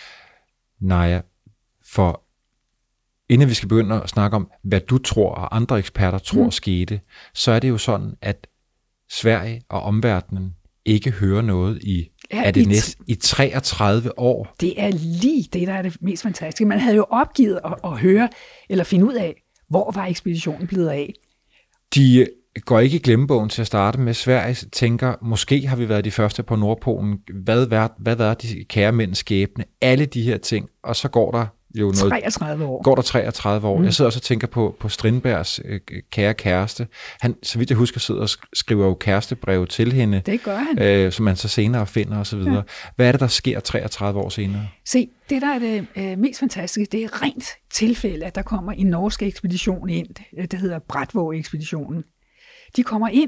Naja, for inden vi skal begynde at snakke om, hvad du tror og andre eksperter tror mm. skete, så er det jo sådan, at Sverige og omverdenen ikke hører noget i, Ja, er det i, næst, i treogtredive år. Det er lige det, der er det mest fantastiske. Man havde jo opgivet at, at høre eller finde ud af, hvor var ekspeditionen blevet af. De går ikke i glemmebogen til at starte med. Sverige tænker, måske har vi været de første på Nordpolen. Hvad var, hvad var de kære mænds skæbne? Alle de her ting. Og så går der jo noget... treogtredive år. Går der treogtredive år. Mm. Jeg sidder også og tænker på, på Strindbergs øh, kære kæreste. Han, så vidt jeg husker, sidder og skriver jo kærestebreve til hende. Det gør han. Øh, som man så senere finder osv. Ja. Hvad er det, der sker treogtredive år senere? Se, det der er det øh, mest fantastiske, det er rent tilfælde, at der kommer en norsk ekspedition ind. Det hedder Brattvåg-ekspeditionen. De kommer ind,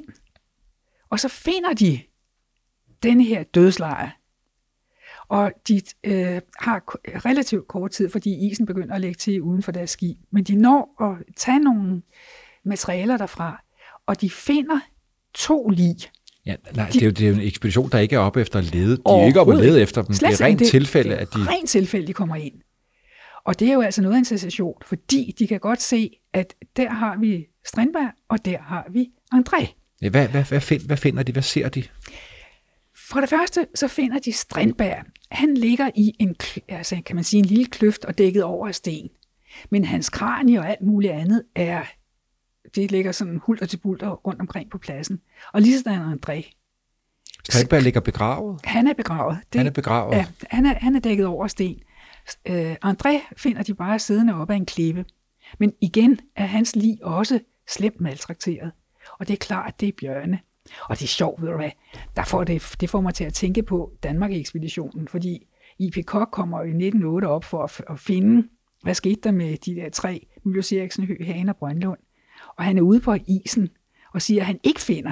og så finder de denne her dødslejr. Og de øh, har relativt kort tid, fordi isen begynder at lægge til uden for deres skib. Men de når at tage nogle materialer derfra, og de finder to lig. Ja, nej, de, det, er jo, det er jo en ekspedition, der ikke er oppe efter at lede. De er ikke oppe at lede efter dem. Slet det er rent det, tilfælde, det er at de... rent tilfælde, de kommer ind. Og det er jo altså noget af en sensation, fordi de kan godt se, at der har vi Strindberg, og der har vi André. Ja, hvad, hvad, hvad, find, hvad finder de? Hvad ser de? For det første, så finder de Strindberg. Han ligger i en, altså, kan man sige, en lille kløft og dækket over af sten. Men hans kranie og alt muligt andet er, det ligger sådan hulter til bulter rundt omkring på pladsen. Og lige sådan er André. Strindberg ligger begravet? Han er begravet. Det, han er begravet? Ja, han er, han er dækket over af sten. Uh, André finder de bare siddende op ad en klippe. Men igen er hans lig også slemt maltrakteret. Og det er klart, at det er bjørne. Og det er sjovt, ved du hvad, der får det, det får mig til at tænke på Danmark-ekspeditionen, fordi I P Kok kommer i nitten nul otte op for at, at finde, hvad skete der med de der tre, Mylius Eriksen, Høgh, Hagen og Brøndlund. Og han er ude på isen og siger, at han ikke finder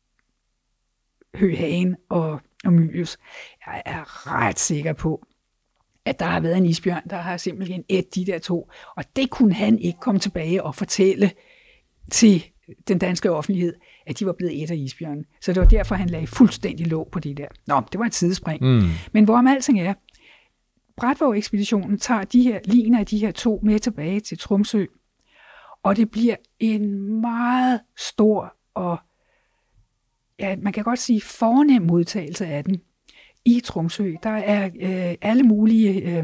Høgh, Hagen og, og Mylius. Jeg er ret sikker på, at der har været en isbjørn, der har simpelthen et de der to, og det kunne han ikke komme tilbage og fortælle til den danske offentlighed, at de var blevet et af isbjørnen. Så det var derfor, han lagde fuldstændig låg på det der. Nå, det var et sidespring. Mm. Men hvorom alting er, Brattvåg-ekspeditionen tager de her ligner af de her to med tilbage til Tromsø, og det bliver en meget stor og, ja, man kan godt sige, fornem modtagelse af den i Tromsø. Der er øh, alle mulige øh,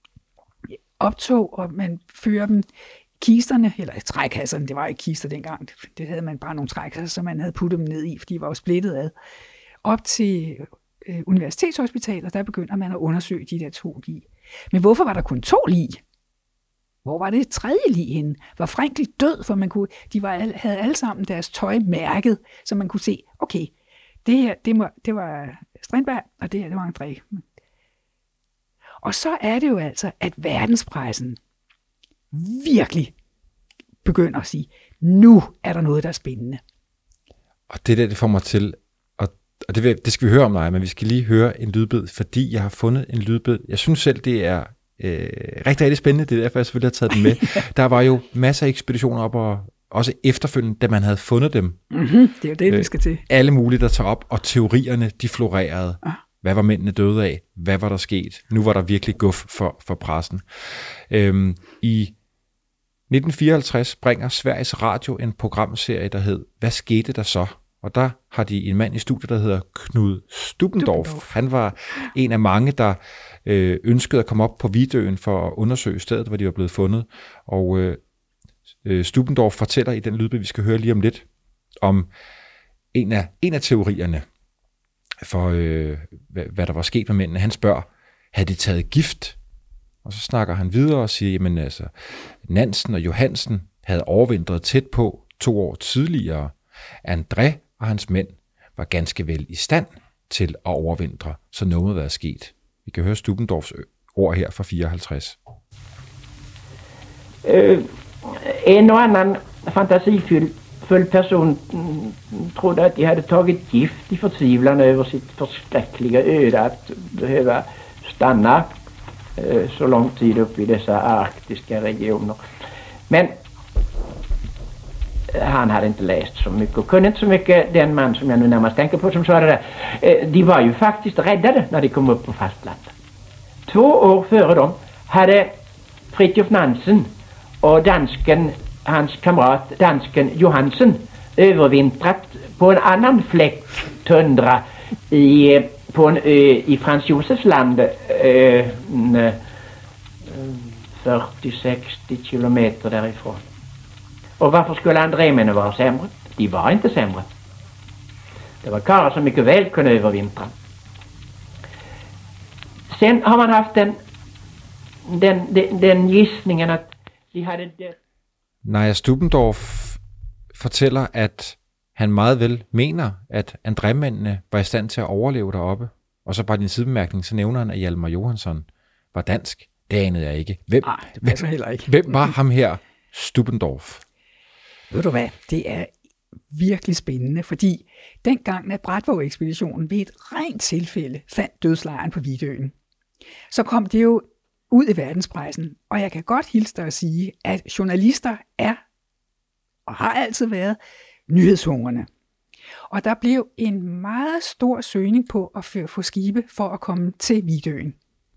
optog, og man fører dem kisterne, eller trækasserne, det var ikke kister dengang, det havde man bare nogle trækasser, som man havde puttet dem ned i, fordi de var jo splittet ad. Op til øh, universitetshospitaler, der begynder man at undersøge de der to lig. Men hvorfor var der kun to lig? Hvor var det tredje lig henne? Var Frankl død, for man kunne, de var, havde alle sammen deres tøj mærket, så man kunne se, okay, det her, det, må, det var Strindberg, og det her, det var André. Og så er det jo altså, at verdenspressen virkelig begynder at sige, nu er der noget, der er spændende. Og det der, det får mig til, og, og det, vil, det skal vi høre om dig, men vi skal lige høre en lydbid, fordi jeg har fundet en lydbid. Jeg synes selv, det er øh, rigtig, rigtig spændende, det er derfor, jeg selvfølgelig har taget den med. Der var jo masser af ekspeditioner op, og også efterfølgende, da man havde fundet dem. Mm-hmm, det er jo det, øh, vi skal til. Alle mulige, der tager op, og teorierne, de florerede. Ah. Hvad var mændene døde af? Hvad var der sket? Nu var der virkelig guf for, for pressen. Øhm, I nitten fireoghalvtreds bringer Sveriges Radio en programserie, der hed Hvad skete der så? Og der har de en mand i studiet, der hedder Knud Stubendorf. Stubendorf. Han var en af mange, der øh, ønskede at komme op på Vidøen for at undersøge stedet, hvor de var blevet fundet. Og øh, Stubendorf fortæller i den lydbid, vi skal høre lige om lidt, om en af, en af teorierne for, øh, hvad, hvad der var sket med mændene. Han spørger, havde de taget gift? Og så snakker han videre og siger, jamen altså, Nansen og Johansen havde overvintret tæt på to år tidligere. André og hans mænd var ganske vel i stand til at overvintre, så noget må være sket. Vi kan høre Stubendorfs ord her fra fireoghalvtreds. Uh, en och annan fantasifull full person trodde att de hade tagit gift i förtvivlan över sitt förskräckliga öde att behöva stanna uh, så lång tid upp i dessa arktiska regioner. Men han hade inte läst så mycket och kunde inte så mycket, den man som jag nu närmast tänker på som sa det där. De var ju faktiskt räddade när de kom upp på fastlandet. Två år före dem hade Fridtjof Nansen och dansken, hans kamrat dansken Johansen, övervintrat på en annan fläck tundra i, på en ö i Frans Josefs land, eh, fyrtio sextio kilometer därifrån. Och varför skulle andrémännen vara sämre? De var inte sämre. Det var karlar som mycket väl kunde övervintra. Sen har man haft den, den, den, den gissningen att de hade det. Naja Stubendorf fortæller, at han meget vel mener, at andrémændene var i stand til at overleve deroppe. Og så bare din sidebemærkning, så nævner han, at Hjalmar Johansson var dansk. Det anede jeg ikke. Hvem, Nej, det passer heller ikke. Hvem var ham her, Stubendorf? Ved du hvad, det er virkelig spændende, fordi dengang, at Brattvåg-ekspeditionen ved et rent tilfælde fandt dødslejren på Vidøen, så kom det jo ud i verdenspressen, og jeg kan godt hilse dig at sige, at journalister er, og har altid været, nyhedshungrende. Og der blev en meget stor søgning på at få skibe for at komme til Vidøen.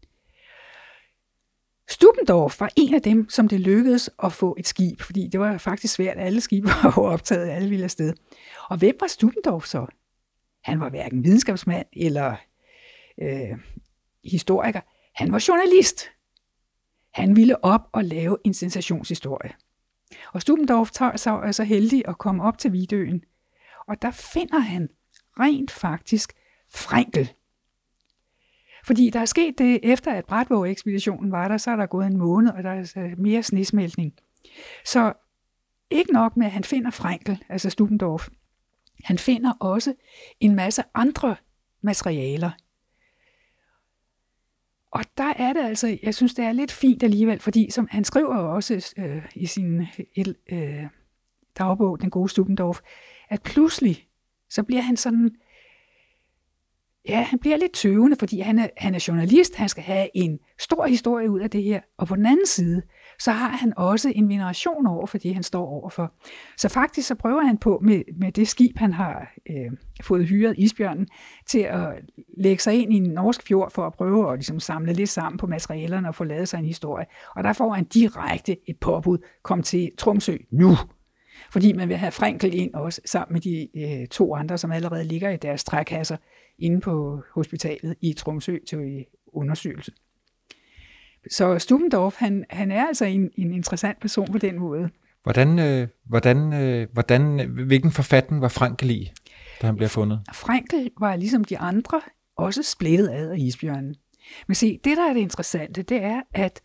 Stubendorf var en af dem, som det lykkedes at få et skib, fordi det var faktisk svært, alle skibe var optaget, alle ville afsted. Og hvem var Stubendorf så? Han var hverken videnskabsmand eller øh, historiker. Han var journalist. Han ville op og lave en sensationshistorie. Og Stubendorf tager så er så heldig at komme op til Vidøen. Og der finder han rent faktisk Frankl. Fordi der er sket det, efter at Brattvåg-ekspeditionen var der, så er der gået en måned, og der er mere snesmeltning. Så ikke nok med, at han finder Frankl, altså Stubendorf. Han finder også en masse andre materialer. Og der er det altså, jeg synes, det er lidt fint alligevel, fordi som han skriver også øh, i sin øh, dagbog, Den gode Stubendorf, at pludselig, så bliver han sådan, ja, han bliver lidt tøvende, fordi han er, han er journalist, han skal have en stor historie ud af det her, og på den anden side, så har han også en veneration over for det, han står overfor. Så faktisk så prøver han på med, med det skib, han har øh, fået hyret, Isbjørnen, til at lægge sig ind i en norsk fjord for at prøve at ligesom, samle lidt sammen på materialerne og få lavet sig en historie. Og der får han direkte et påbud, kom til Tromsø nu. Fordi man vil have Frankl ind også, sammen med de øh, to andre, som allerede ligger i deres trækasser inde på hospitalet i Tromsø til undersøgelse. Så Stubendorf, han, han er altså en, en interessant person på den måde. Hvordan, øh, hvordan, øh, hvordan, hvilken forfatning var Frankl i, da han blev fundet? Frankl var ligesom de andre også splittet ad af Isbjørnen. Men se, det der er det interessante, det er, at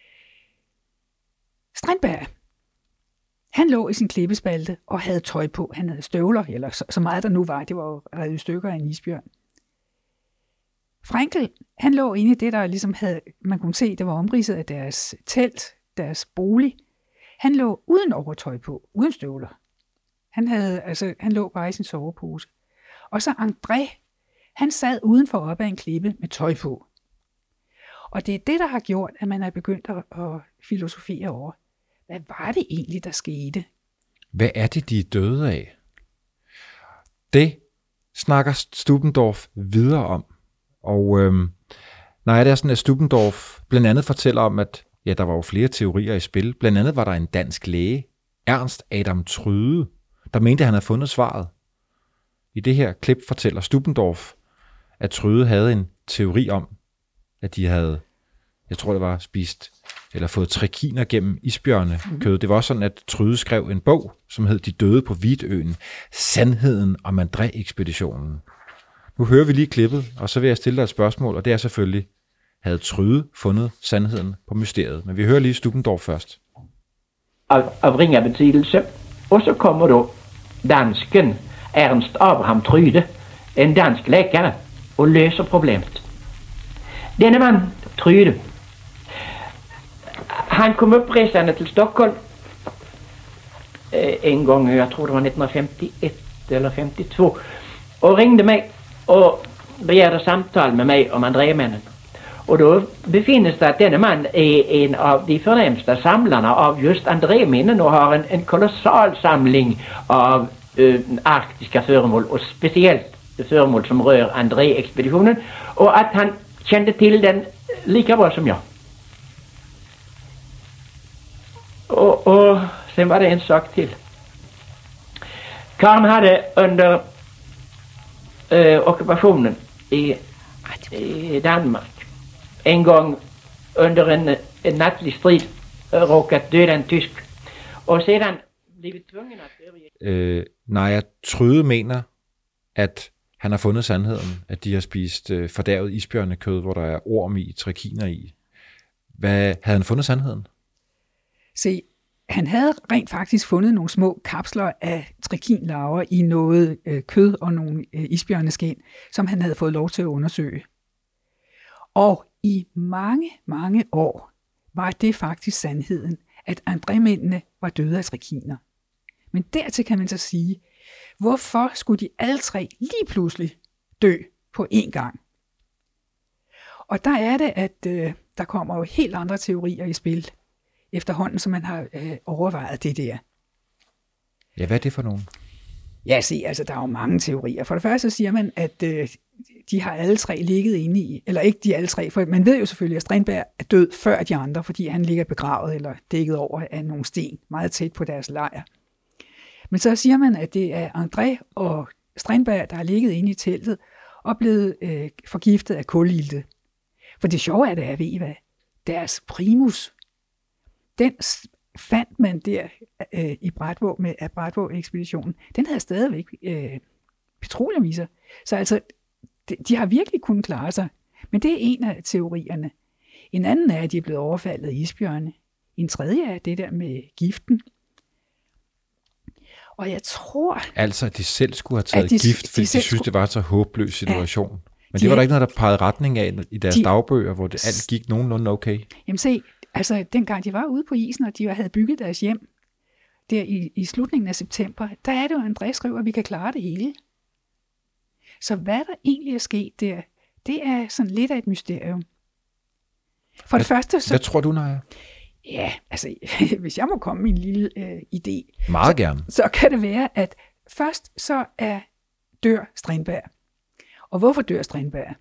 Strindberg, han lå i sin klippespalte og havde tøj på. Han havde støvler, eller så, så meget der nu var. Det var jo revet stykker af en isbjørn. Frankl, han lå inde i det, der ligesom havde, man kunne se, det var omridset af deres telt, deres bolig. Han lå uden overtøj på, uden støvler. Han, havde, altså, han lå bare i sin sovepose. Og så André, han sad udenfor op ad en klippe med tøj på. Og det er det, der har gjort, at man er begyndt at, at filosofere over. Hvad var det egentlig, der skete? Hvad er det, de er døde af? Det snakker Stubendorf videre om. Og øhm, nej, det er sådan, at Stubendorf blandt andet fortæller om, at ja, der var jo flere teorier i spil. Blandt andet var der en dansk læge, Ernst Adam Tryde, der mente, at han havde fundet svaret. I det her klip fortæller Stubendorf, at Tryde havde en teori om, at de havde, jeg tror det var, spist eller fået trekiner gennem isbjørnekød. Det var også sådan, at Tryde skrev en bog, som hed De døde på Vidøen. Sandheden om André-ekspeditionen. Nu hører vi lige klippet, og så vil jeg stille dig et spørgsmål, og det er selvfølgelig, havde Tryde fundet sandheden på mysteriet? Men vi hører lige Stubendorf først. Av, av ringa betydelse. Och så kommer då dansken Ernst Abraham Tryde, en dansk läkare, och löser problemet. Denne man, Tryde, han kom uppresande till Stockholm en gång, jag tror det var nittonhundrafemtioett eller femtiotvå, och ringde mig och begärde samtal med mig om Andrémännen. Och då befinnes det att denne man är en av de förnämsta samlarna av just André-minnen och har en, en kolossal samling av uh, arktiska föremål och speciellt föremål som rör André-expeditionen, och att han kände till den lika bra som jag. Och, och sen var det en sak till. Karl hade under uh, ockupationen i, i Danmark en gång under en, en nattlig strid råkat döda en tysk och sedan blivit tvungen att överge. Øh, Naja Tryde mener, at han har fundet sandheden, at de har spist øh, fordærvet isbjørnekød, hvor der er orm i, trekiner i. Hvad, havde han fundet sandheden? Se, han havde rent faktisk fundet nogle små kapsler af trikinlarver i noget øh, kød og nogle øh, isbjørneskin, som han havde fået lov til at undersøge. Og i mange, mange år var det faktisk sandheden, at André-mændene var døde af trikiner. Men dertil kan man så sige, hvorfor skulle de alle tre lige pludselig dø på én gang? Og der er det, at øh, der kommer jo helt andre teorier i spil, efterhånden som man har øh, overvejet det der. Ja, hvad er det for nogen? Ja, se, altså der er jo mange teorier. For det første så siger man, at øh, de har alle tre ligget inde i, eller ikke de alle tre, for man ved jo selvfølgelig, at Strindberg er død før de andre, fordi han ligger begravet eller dækket over af nogle sten, meget tæt på deres lejr. Men så siger man, at det er André og Strindberg, der har ligget inde i teltet og blevet øh, forgiftet af kulilte. For det sjove er det, at ved I hvad? Deres primus, den fandt man der øh, i Brædvåg med af Brædvåg-ekspeditionen, den havde stadigvæk øh, petroleumiser. Så altså, de, de har virkelig kunnet klare sig. Men det er en af teorierne. En anden er, at de er blevet overfaldet af isbjørne. En tredje er det der med giften. Og jeg tror... Altså, at de selv skulle have taget de, gift, fordi de, de synes, skulle... det var en så håbløs situation. Ja, Men de, det var der ikke noget, der pegede retning af i deres de, dagbøger, hvor det alt gik nogenlunde okay. Jamen se, altså dengang de var ude på isen, og de havde bygget deres hjem, der i, i slutningen af september, der er det jo, André skriver, at vi kan klare det hele. Så hvad der egentlig er sket der, det er sådan lidt af et mysterium. For hvad, det første så... Hvad tror du, Naja? Ja, altså, hvis jeg må komme med en lille øh, idé. Meget så, gerne. Så kan det være, at først så er dør Strindberg. Og hvorfor dør Strindberg?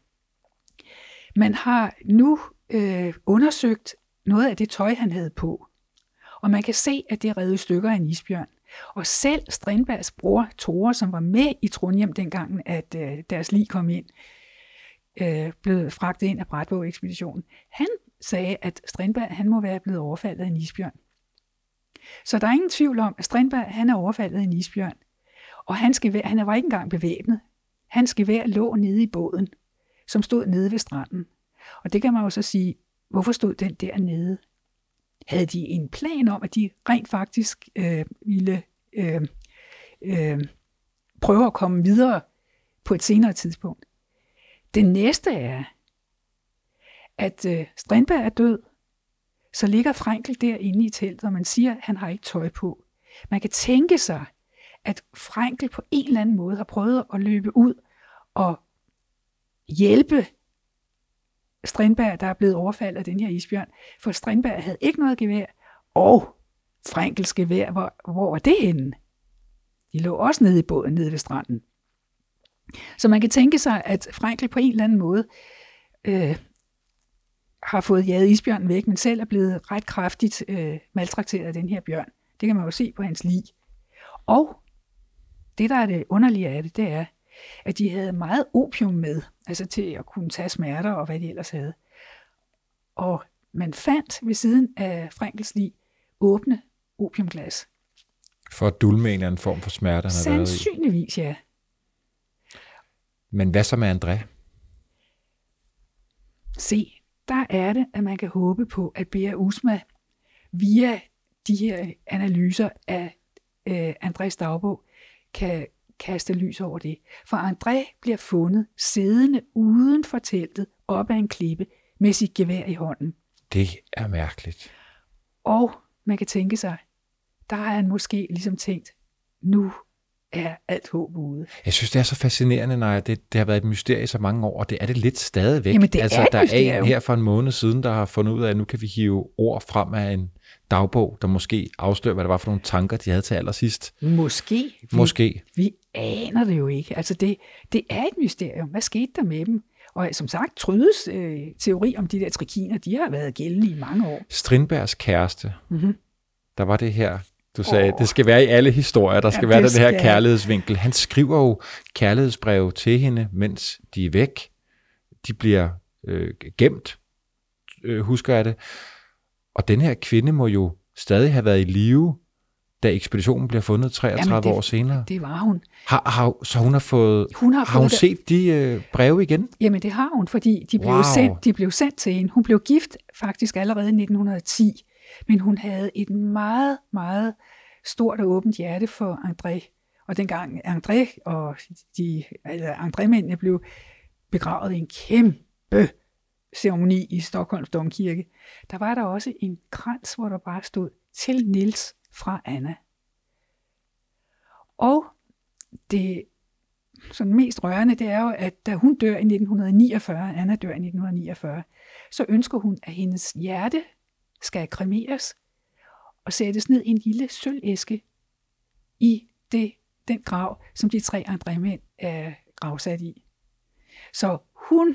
Man har nu øh, undersøgt noget af det tøj, han havde på. Og man kan se, at det er revet i stykker af en isbjørn. Og selv Strindbergs bror, Tore, som var med i Trondheim dengang, at øh, deres lig kom ind, øh, blev fragtet ind af Brædvåg-ekspeditionen, han sagde, at Strindberg han må være blevet overfaldet af en isbjørn. Så der er ingen tvivl om, at Strindberg han er overfaldet af en isbjørn. Og han, skal, han var ikke engang bevæbnet. Hans gevær lå nede i båden, som stod nede ved stranden. Og det kan man jo så sige, hvorfor stod den dernede? Havde de en plan om, at de rent faktisk øh, ville øh, øh, prøve at komme videre på et senere tidspunkt? Det næste er, at øh, Strindberg er død, så ligger Frankl derinde i teltet, og man siger, at han har ikke tøj på. Man kan tænke sig, at Frankl på en eller anden måde har prøvet at løbe ud og hjælpe Strindberg, der er blevet overfaldet af den her isbjørn, for Strindberg havde ikke noget gevær, og Frankls gevær, hvor, hvor var det henne? De lå også nede i båden, nede ved stranden. Så man kan tænke sig, at Frankl på en eller anden måde øh, har fået jaget isbjørnen væk, men selv er blevet ret kraftigt øh, maltrakteret af den her bjørn. Det kan man jo se på hans lig. Og det, der er det underlige af det, det er, at de havde meget opium med, altså til at kunne tage smerter og hvad de ellers havde. Og man fandt ved siden af Frankls lig åbne opiumglas. For at dulme en eller anden form for smerte, han har været i. Sandsynligvis, ja. Men hvad så med André? Se, der er det, at man kan håbe på, at Beer Usma via de her analyser af øh, Andrés dagbog kan kaste lys over det. For André bliver fundet siddende uden for teltet op ad en klippe med sit gevær i hånden. Det er mærkeligt. Og man kan tænke sig, der har han måske ligesom tænkt, nu er alt håb ude. Jeg synes, det er så fascinerende, når det, det har været et mysterie i så mange år, og det er det lidt stadigvæk. Jamen, det altså, er et der er mysterium. en her for en måned siden, der har fundet ud af, at nu kan vi hive ord frem af en dagbog, der måske afslører, hvad det var for nogle tanker, de havde til allersidst. Måske. Vi, Måske. Vi aner det jo ikke. Altså, det, det er et mysterium. Hvad skete der med dem? Og som sagt, Trydes øh, teori om de der trikiner, de har været gældende i mange år. Strindbergs kæreste, Mm-hmm. der var det her, du sagde, Åh. det skal være i alle historier, der skal Ja, være det den her skal. kærlighedsvinkel. Han skriver jo kærlighedsbreve til hende, mens de er væk. De bliver øh, gemt, øh, husker jeg det. Og den her kvinde må jo stadig have været i live, da ekspeditionen bliver fundet treogtredive Jamen, det- år senere. Det var hun. Har, har, så hun har fået, Hun har har hun fået det- set de øh, breve igen? Jamen, det har hun, fordi de blev, Wow. wow. sendt, de blev sendt til hende. Hun blev gift faktisk allerede i nitten ti, men hun havde et meget, meget stort og åbent hjerte for André. Og dengang André og de, altså André-mændene blev begravet i en kæmpe ceremoni i Stockholms Domkirke, der var der også en krans, hvor der bare stod til Niels fra Anna. Og det sådan mest rørende, det er jo, at da hun dør i nitten niogfyrre, Anna dør i nitten niogfyrre, så ønsker hun, at hendes hjerte skal kremeres og sættes ned i en lille sølvæske i det, den grav, som de tre André-mænd er gravsat i. Så hun,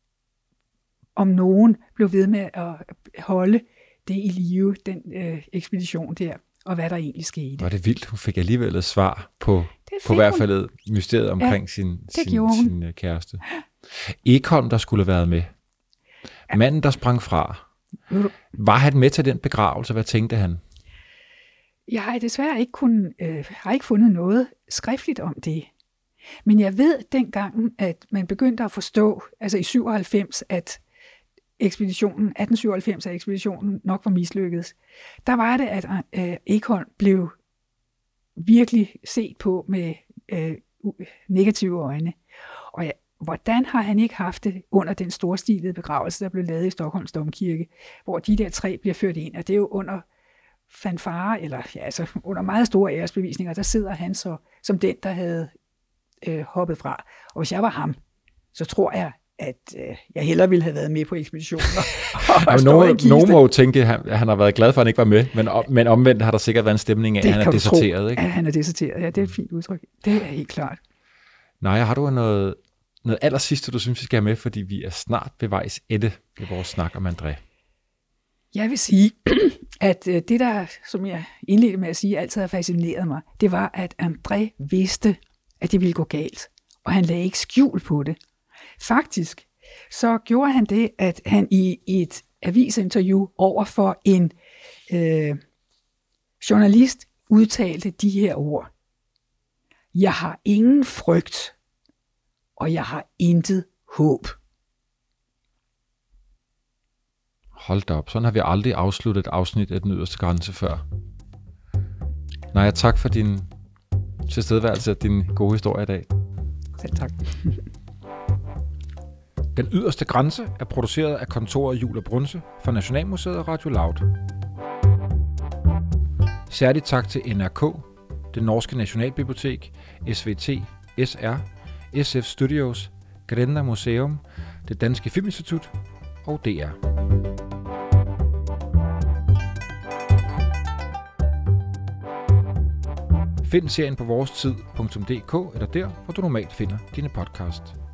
om nogen, blev ved med at holde det i live, den øh, ekspedition der, og hvad der egentlig skete. Var det vildt. Hun fik alligevel et svar på, fik på hvert hun. fald et mysteriet omkring Ja, sin, sin, gjorde hun. sin øh, kæreste. Ekholm, der skulle have været med. Manden, der sprang fra. Ved du, Var han med til den begravelse? Hvad tænkte han? Jeg har desværre ikke, kun, øh, har ikke fundet noget skriftligt om det. Men jeg ved dengang, at man begyndte at forstå, altså i syvoghalvfems, at ekspeditionen, atten syvoghalvfems, at ekspeditionen nok var mislykket. Der var det, at øh, Ekholm blev virkelig set på med øh, negative øjne. Og ja, hvordan har han ikke haft det under den storstilede begravelse, der blev lavet i Stockholms Domkirke, hvor de der tre bliver ført ind, og det er jo under fanfare, eller ja, altså under meget store æresbevisninger, der sidder han så som den, der havde øh, hoppet fra. Og hvis jeg var ham, så tror jeg, at øh, jeg hellere ville have været med på ekspeditionen. Og, og stå i en nogen, kiste. nogen må jo tænke, at han, at han har været glad for, at han ikke var med, men, om, men omvendt har der sikkert været en stemning af, at han er kan du deserteret. tro, Ikke? at han er deserteret. Ja, det er et fint udtryk. Det er helt klart. Nej, har du noget, noget allersidste, du synes, vi skal have med, fordi vi er snart ved vejs ende i vores snak om André? Jeg vil sige, at øh, det der, som jeg indledte med at sige, altid har fascineret mig, det var, at André vidste, at det ville gå galt, og han lagde ikke skjul på det. Faktisk, så gjorde han det, at han i, i et avisinterview over for en øh, journalist udtalte de her ord. Jeg har ingen frygt, og jeg har intet håb. Hold da op, sådan har vi aldrig afsluttet et afsnit af Den Yderste Grænse før. Nej, tak for din tilstedeværelse og din gode historie i dag. Selv tak. Den Yderste Grænse er produceret af kontoret Jul og Brunse for Nationalmuseet og Radio Loud. Særligt tak til N R K, det norske Nationalbibliotek, S V T, S R, S F Studios, Grenna Museum, det Danske Filminstitut og D R. Find serien på vorestid punktum d k eller der, hvor du normalt finder dine podcast.